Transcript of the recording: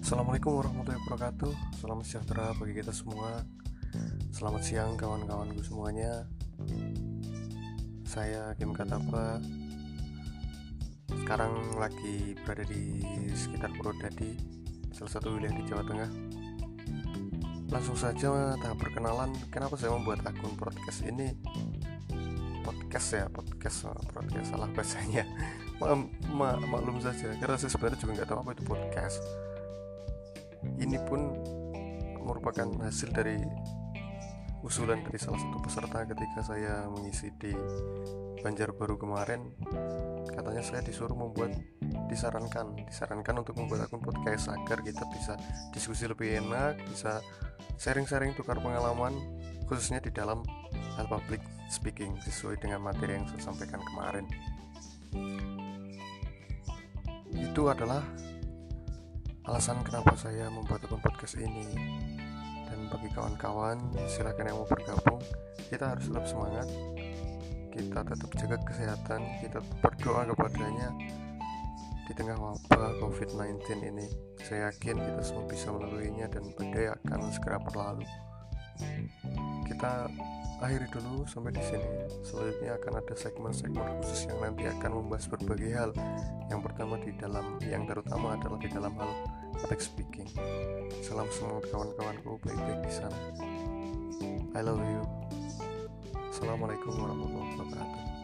Assalamualaikum warahmatullahi wabarakatuh. Selamat sejahtera bagi kita semua. Selamat siang kawan-kawanku semuanya. Saya Kim Katapa. Sekarang lagi berada di sekitar Purwodadi, salah satu wilayah di Jawa Tengah. Langsung saja tahap perkenalan. Kenapa saya membuat akun podcast ini? Podcast salah bahasanya. Maklum saja, karena saya sebenarnya juga nggak tahu apa itu podcast. Ini pun merupakan hasil dari usulan dari salah satu peserta ketika saya mengisi di Banjarbaru kemarin. Katanya saya disarankan untuk membuat akun podcast agar kita bisa diskusi lebih enak, bisa sharing-sharing tukar pengalaman, khususnya di dalam hal public speaking sesuai dengan materi yang saya sampaikan kemarin. Itu adalah alasan kenapa saya membuat akun podcast ini. Dan bagi kawan-kawan, silakan yang mau bergabung, kita harus tetap semangat, kita tetap jaga kesehatan, kita tetap berdoa kepadanya di tengah wabah COVID-19 ini. Saya yakin kita semua bisa melaluinya dan badai akan segera berlalu. Kita akhiri dulu sampai di sini. Selanjutnya akan ada segmen-segmen khusus yang nanti akan membahas berbagai hal. Yang terutama adalah di dalam hal public speaking. Salam semangat kawan-kawanku, baik-baik di sana. I love you. Assalamualaikum warahmatullahi wabarakatuh.